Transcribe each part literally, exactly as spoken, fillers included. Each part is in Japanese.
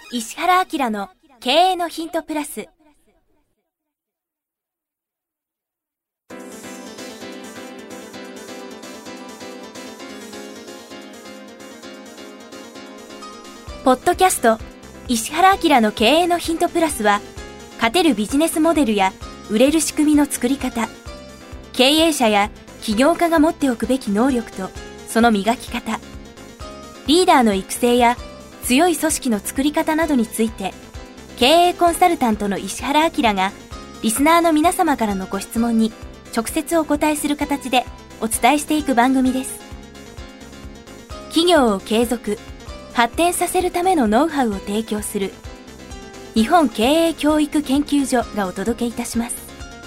石原明の経営のヒントプラス。ポッドキャスト石原明の経営のヒントプラスは、勝てるビジネスモデルや売れる仕組みの作り方、経営者や起業家が持っておくべき能力とその磨き方、リーダーの育成や強い組織の作り方などについて、経営コンサルタントの石原明がリスナーの皆様からのご質問に直接お答えする形でお伝えしていく番組です。企業を継続発展させるためのノウハウを提供する日本経営教育研究所がお届けいたします。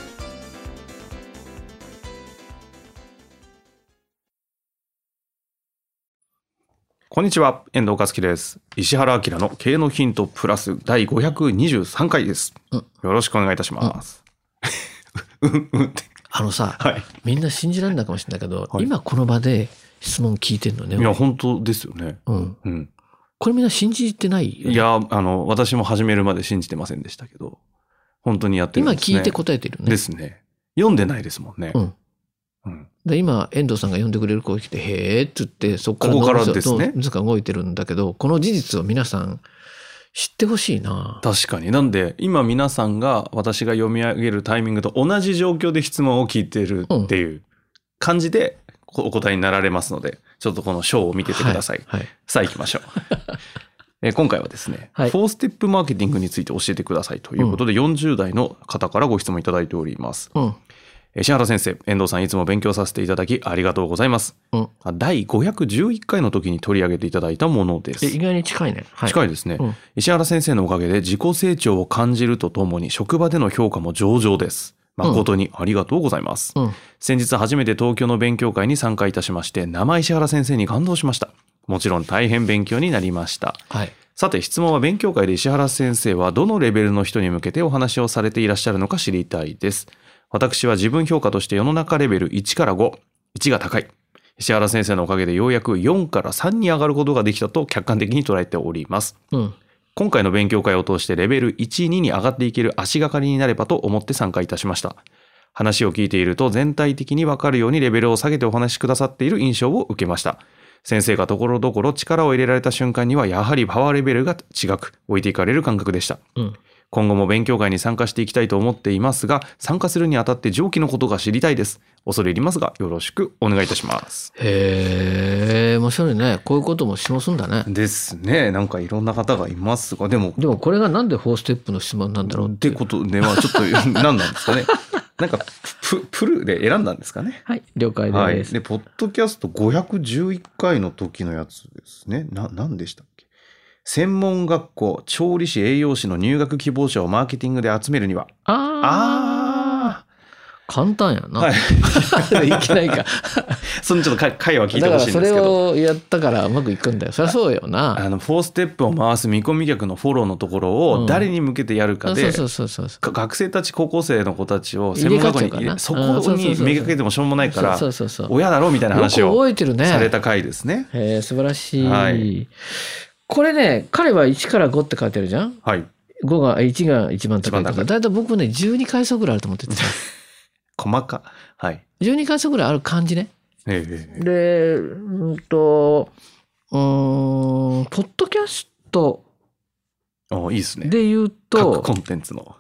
こんにちは、遠藤和樹です。石原明の経営のヒントプラスだいごひゃくにじゅうさんかいです。うん、よろしくお願いいたします。 うん、うんってあのさ、はい、みんな信じられないかもしれないけど、はい、今この場で質問聞いてるのね。 いや本当ですよね。 うん。うん。これみんな信じてないよね。 いやあの私も始めるまで信じてませんでしたけど、本当にやってるんですね。 今聞いて答えてるね。 ですね。読んでないですもんね。 うん。うん、で今遠藤さんが呼んでくれる子が来てへーって言ってそこからここからですねずか動いてるんだけど、この事実を皆さん知ってほしいな。 確かに。なんで今皆さんが私が読み上げるタイミングと同じ状況で質問を聞いてるっていう感じでお答えになられますので、ちょっとこの章を見ててください。はいはい、さあ行きましょう。え今回はですね、はい、フォーステップマーケティングについて教えてくださいということで、うん、よんじゅう代の方からご質問いただいております。うん、石原先生、遠藤さん、いつも勉強させていただきありがとうございます。うん、だいごひゃくじゅういっかいの時に取り上げていただいたものです。 意外に近いね。 はい、近いですね、うん。石原先生のおかげで自己成長を感じるとともに職場での評価も上々です。誠にありがとうございます。うん、先日初めて東京の勉強会に参加いたしまして、生石原先生に感動しました。もちろん大変勉強になりました。はい、さて質問は、勉強会で石原先生はどのレベルの人に向けてお話をされていらっしゃるのか知りたいです。私は自分評価として世の中レベルいちからご、いちが高い。石原先生のおかげでようやくよんからさんに上がることができたと客観的に捉えております。うん、今回の勉強会を通してレベルいち、にに上がっていける足がかりになればと思って参加いたしました。話を聞いていると全体的にわかるようにレベルを下げてお話しくださっている印象を受けました。先生がところどころ力を入れられた瞬間にはやはりパワーレベルが違く置いていかれる感覚でした。うん、今後も勉強会に参加していきたいと思っていますが、参加するにあたって上記のことが知りたいです。恐れ入りますがよろしくお願いいたします。 へー、面白いね。こういうことも質問するんだね。 ですね。なんかいろんな方がいますが、でもでもこれがなんでフォーステップの質問なんだろうってことではちょっと何なんですかね。なんかプ、プルで選んだんですかね。 はい、了解です。はい、 でポッドキャストごひゃくじゅういっかいの時のやつですね。な何でしたっけ。専門学校調理師栄養士の入学希望者をマーケティングで集めるには。 ああ簡単やな。はい、いけないか。 そのちょっと回は聞いてほしいんですけど。 だからそれをやったからうまくいくんだよ。そりゃそうよな。 あのフォーステップを回す見込み客のフォローのところを誰に向けてやるかで、学生たち高校生の子たちを専門学校に入れ、そこにめがけてもしょうもないから親だろうみたいな話をされた回ですね。 へえ、素晴らしい。はい、これね、彼はいちからごって書いてるじゃん。はい。ごがいちが一番高いとか。だいたい僕ねじゅうに階層ぐらいあると思ってて。 細か。はい。 じゅうに階層ぐらいある感じね。ええ、で、うんと、うーん、ポッドキャストいいですね。 で言うと、 各コンテンツの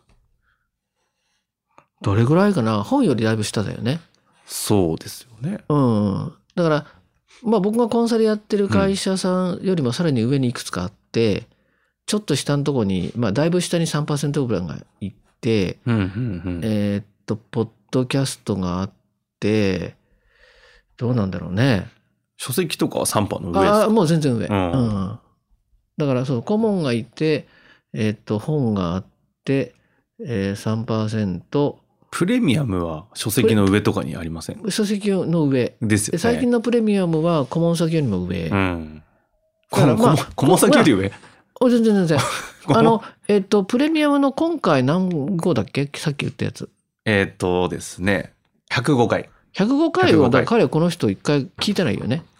どれぐらいかな。本よりだいぶ下だよね。 そうですよね。 うん。だから、まあ僕がコンサルやってる会社さんよりもさらに上にいくつかあって、うん、ちょっと下のところに、まあだいぶ下に さんパーセント ぐらいがいって、うんうんうん、えー、っと、ポッドキャストがあって、どうなんだろうね。 書籍とかは さんパーセント の上ですか？ ああ、もう全然上。うんうん、だからそう、顧問がいて、えー、っと、本があって、えー、さんパーセント。 プレミアムは書籍の上とかにありません？ 書籍の上。 ですよね。 最近のプレミアムは顧問先よりも上。うん。 だからまあ、顧問先より上？ 全然全然。あの、えー、っと、プレミアムの今回何号だっけ？さっき言ったやつ。 えー、っとですね、ひゃくごかい。 ひゃくごかいを、だから彼はこの人一回聞いてないよね。 あ、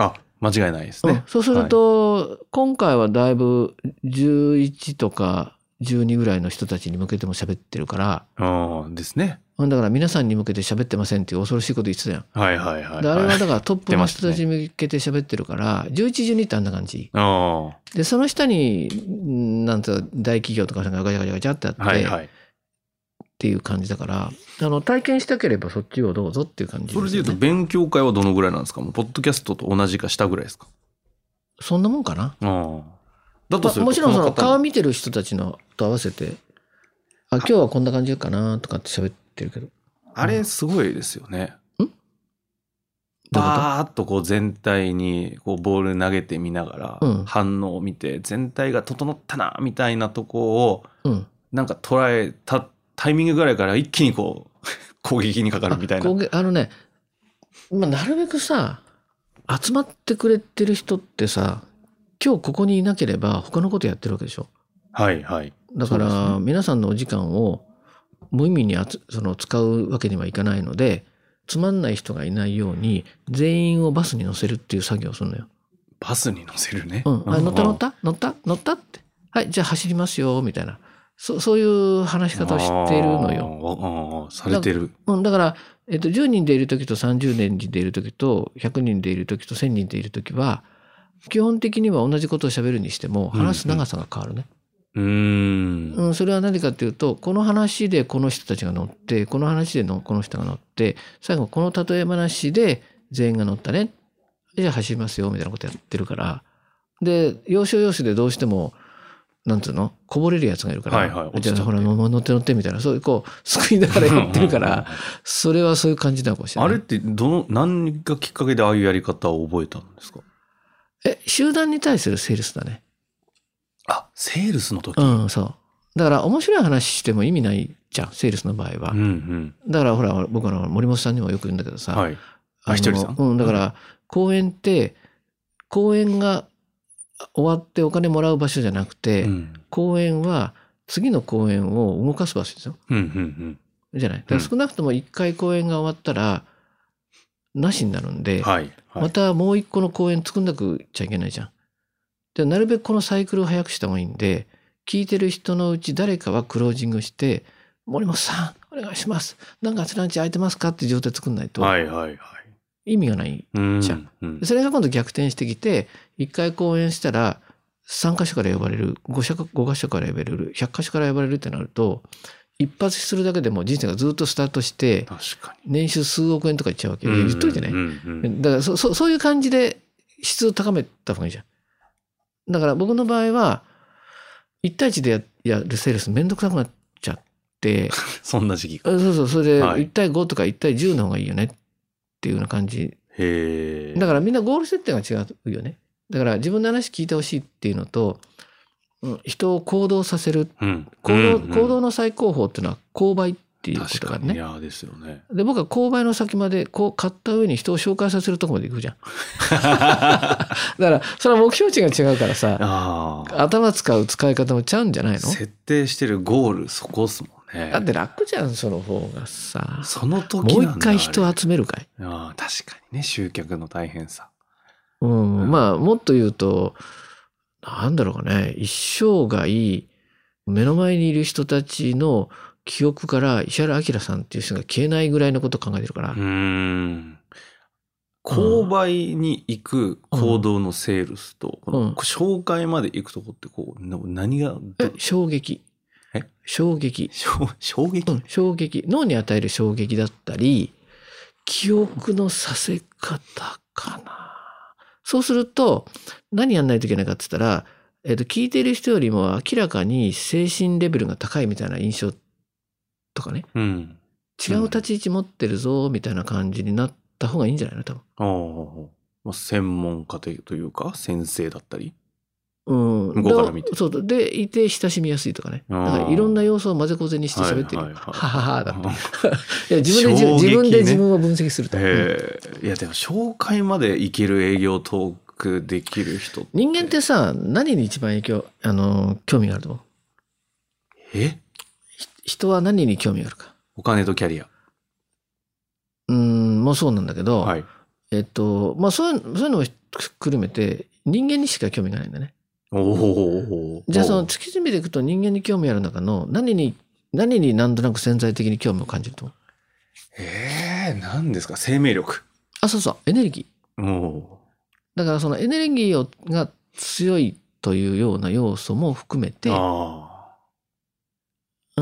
間違いないですね。 うん、そうすると、はい、今回はだいぶじゅういちとかじゅうにぐらいの人たちに向けても喋ってるから。 ああですね。 だから皆さんに向けて喋ってませんっていう恐ろしいこと言ってたよ。 はいはいはい、はい。 であれはだからトップの人たちに向けて喋ってるから、じゅういち、じゅうにってあんな感じ。 あで、その下に、なんていうの大企業とかがガチャガチャガチャってあって、 はいはい、 っていう感じだから、あの体験したければそっちをどうぞっていう感じです、ね。 それでいうと勉強会はどのぐらいなんですか？もうポッドキャストと同じか下ぐらいですか？ そんなもんかな。 あだとすると、 ま、もちろんその顔見てる人たちのと合わせて、あ、今日はこんな感じかなとかって喋ってるけど。 あれすごいですよね。 ん？ バーッとこう全体にこうボール投げてみながら反応を見て、全体が整ったなみたいなとこをなんか捉えたタイミングぐらいから一気にこう攻撃にかかるみたいな。 あ, あのね、まあ、なるべくさ集まってくれてる人ってさ、今日ここにいなければ他のことやってるわけでしょ。 はいはい。 だから皆さんのお時間を無意味にあつその使うわけにはいかないので、つまんない人がいないように全員をバスに乗せるっていう作業をするのよ。 バスに乗せるね。 うん。あ、乗った乗った乗った乗ったって。はい、じゃあ走りますよみたいな。そ, そういう話し方をしているのよ。 ああ、されてる。 だ, だから、えっと、じゅうにんでいるときとさんじゅうにんでいるときとひゃくにんでいるときとせんにんでいるときは、基本的には同じことを喋るにしても話す長さが変わるね。 うん、うんうん、それは何かっていうと、この話でこの人たちが乗って、この話でのこの人が乗って、最後この例え話で全員が乗ったね。じゃあ走りますよみたいなことやってるから。で、要所要所でどうしてもなんつうのこぼれるやつがいるから、 はいはい、 じゃあほら乗って乗ってみたいな、そういうこう救いながらやってるからそれはそういう感じなのかもしれない。 あれってどの何がきっかけでああいうやり方を覚えたんですか？ え集団に対するセールスだね。 あ、セールスの時。 うん、そうだから面白い話しても意味ないじゃん、セールスの場合は。 うんうん、 だからほら僕は森本さんにもよく言うんだけどさ、 はい、あ、ひとりさん、 うん、だから講演って講演が終わってお金もらう場所じゃなくて、うん、講演は次の講演を動かす場所ですよ。 うんうんうん、 じゃない。だから少なくともいっかい講演が終わったらなしになるんで、 はいはい、 またもう一個の講演作んなくちゃいけないじゃん。でなるべくこのサイクルを早くした方がいいんで、聞いてる人のうち誰かはクロージングして森本さんお願いします、何月何日空いてますかっていう状態作んないと、 はいはいはい、 意味がないじゃん、うんうん、それが今度逆転してきて、いっかい講演したらさんかしょから呼ばれる、ごかしょから呼ばれる、ひゃっかしょから呼ばれるってなると、一発するだけでも人生がずっとスタートして、 確かに年収数億円とかいっちゃうわけ。言っといてね、うんうんうん、だから そ, そ, そういう感じで質を高めた方がいいじゃん。だから僕の場合はいち対いちで や, やるセールスめんどくさくなっちゃってそんな時期そうそう、それでいち対ごとかいち対じゅうの方がいいよねっていうような感じ。 へー。 だからみんなゴール設定が違うよね。だから自分の話聞いてほしいっていうのと、人を行動させる、うん、行動、うんうん、行動の最高峰っていうのは購買っていうことがね。 いやですよね。 で僕は購買の先までこう買った上に人を紹介させるとこまで行くじゃん。だからそれは目標値が違うからさ、頭使う使い方もちゃうんじゃないの？ 設定してるゴールそこっすもんね。 だって楽じゃんその方がさ。 その時もう一回人を集めるかい。 ああ確かにね、集客の大変さ。 うん、うん、まあもっと言うと。なんだろうかね、一生涯目の前にいる人たちの記憶から石原明さんっていう人が消えないぐらいのことを考えてるから。うーん。 購買に行く行動のセールスと、うんうん、紹介まで行くとこってこう何がえ衝撃。 え衝撃。 衝撃、 うん、衝撃。脳に与える衝撃だったり、記憶のさせ方かな。そうすると何やんないといけないかって言ったら、えっと、聞いている人よりも明らかに精神レベルが高いみたいな印象とかね、うん、違う立ち位置持ってるぞみたいな感じになった方がいいんじゃないの多分。 ああ、専門家というか先生だったり、 うん、 向こうから見てそうでいて親しみやすいとかね、だからいろんな要素を混ぜこぜにして喋ってる、はいはいはい、はははだっていや自分で、ね、自分で自分を分析すると、うん、 いやでも紹介までいける営業トークできる人って人間ってさ何に一番影響あの興味があると思う？ え人は何に興味があるか。 お金とキャリア。 うんもうそうなんだけど、はい、 えっと、まあそういう、そういうのも含めて、人間にしか興味がないんだね。 おお。 じゃあその突き詰めていくと人間に興味ある中の何に、何になんとなく潜在的に興味を感じると思う？ ええー、何ですか？生命力。 あ、そうそう、エネルギー。 おだからそのエネルギーをが強いというような要素も含めて、 あうん。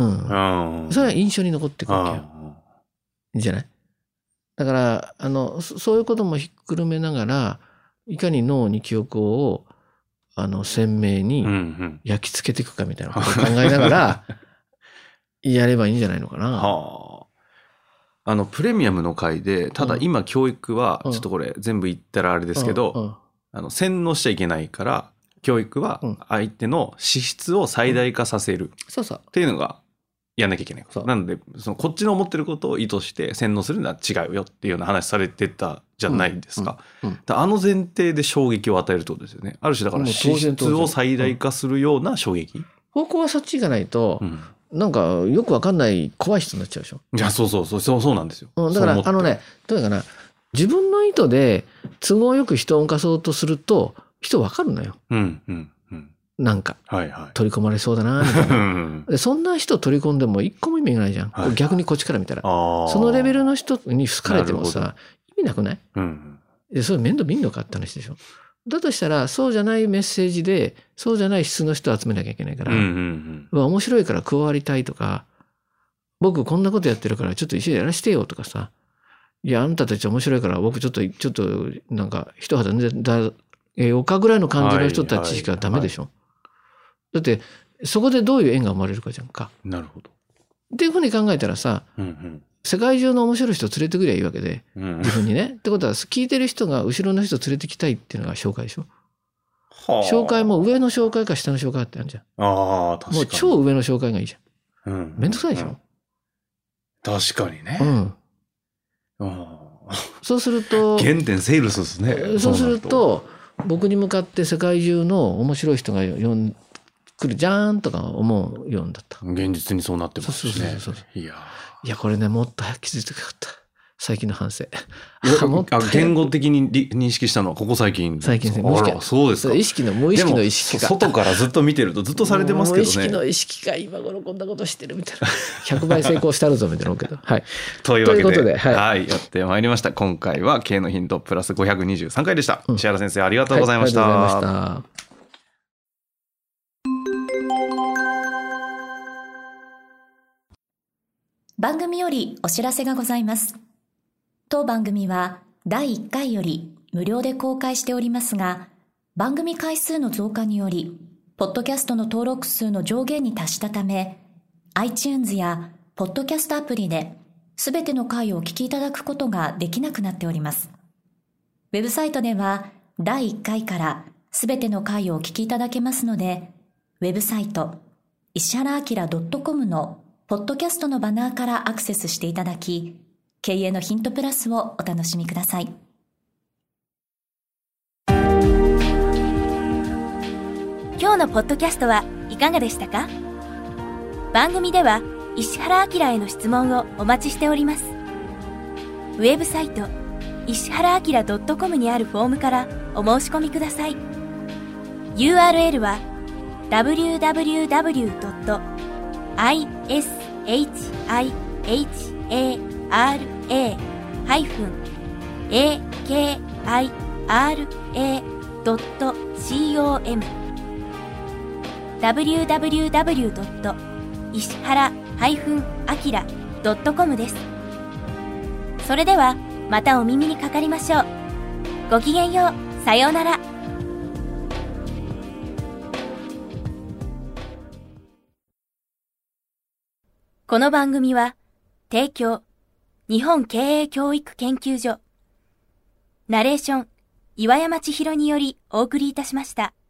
それは印象に残っていくわけよ。いいんじゃない？だから、あの、そういうこともひっくるめながら、いかに脳に記憶を、あの、鮮明に焼き付けていくかみたいなことを考えながら、やればいいんじゃないのかな。 はあ。あの、プレミアムの回で、ただ今教育は、ちょっとこれ全部言ったらあれですけど、うんうん、あの、洗脳しちゃいけないから、教育は相手の資質を最大化させるっていうのがやんなきゃいけないこと。なので、そのこっちの思ってることを意図して洗脳するのは違うよっていうような話されてたじゃないですか。うんうんうん、あの前提で衝撃を与えるってことですよね。ある種だから資質を最大化するような衝撃。うん、 方向はそっち行かないと、うん、なんかよくわかんない怖い人になっちゃうでしょ。 いや、そうそうそう、そうそうなんですよ。 うん、だから、あのね、どういうかな、自分の意図で都合よく人を動かそうとすると、人わかるのよ。 うんうんうん。 なんか、 はいはい、 取り込まれそうだな、みたいな。でそんな人取り込んでも一個も意味がないじゃん。はい、逆にこっちから見たら。そのレベルの人に好かれてもさ、意味なくない？うん、でそれ面倒見んのかって話でしょ。だとしたら、そうじゃないメッセージで、そうじゃない質の人を集めなきゃいけないから、うんうんうん、面白いから加わりたいとか、僕こんなことやってるからちょっと一緒にやらせてよとかさ、いや、あんたたち面白いから僕ちょっと、ちょっと、なんか、一肌だ、えー、おかぐらいの感じの人たちしかダメでしょ。はいはいはい、だって、そこでどういう縁が生まれるかじゃんか。 なるほど。 っていうふうに考えたらさ、うんうん、世界中の面白い人を連れてくりゃいいわけで、うん、自分にね。ってことは、聞いてる人が後ろの人を連れてきたいっていうのが紹介でしょ。はあ、紹介も上の紹介か下の紹介ってあるじゃん。 ああ、確かに。 もう超上の紹介がいいじゃん。うん、めんどくさいでしょ。うん、 確かにね。 うん。そうすると原点セールスですね。 そうすると僕に向かって世界中の面白い人が呼ん来るじゃーんとか思うようになった。 現実にそうなってますしね。 そうそうそうそう。 いやいやこれねもっと早く気づいてよかった。最近の反省。 あ言語的に認識したのはここ最近。 最近ですね。 あらそうですか。 意識の無意識の意識が。 外からずっと見てるとずっとされてますけどね。 無意識の意識が今頃こんなことしてるみたいな。ひゃくばい成功したるぞみたいなけど。はい。 というわけで、 ということで、 はい、はい、やってまいりました。今回は経営のヒントプラスごひゃくにじゅうさんかいでした。うん、石原先生ありがとうございました。 はい、ありがとうございました。 番組よりお知らせがございます。当番組はだいいっかいより無料で公開しておりますが、番組回数の増加により、ポッドキャストの登録数の上限に達したため、iTunes やポッドキャストアプリですべての回をお聞きいただくことができなくなっております。ウェブサイトではだいいっかいからすべての回をお聞きいただけますので、ウェブサイト石原明 .com のポッドキャストのバナーからアクセスしていただき、経営のヒントプラスをお楽しみください。今日のポッドキャストはいかがでしたか？番組では石原明への質問をお待ちしております。ウェブサイト石原明 .com にあるフォームからお申し込みください。 ユーアールエル は ダブリューダブリューダブリュードットアイエスエイチアイエイチエーアールエー ハイフン エーケーアイアールエー ドット コム ダブリューダブリューダブリュー ドット 石原 アキラ ドット コム です。それではまたお耳にかかりましょう。ごきげんよう。さようなら。この番組は提供日本経営教育研究所ナレーション岩山千尋によりお送りいたしました。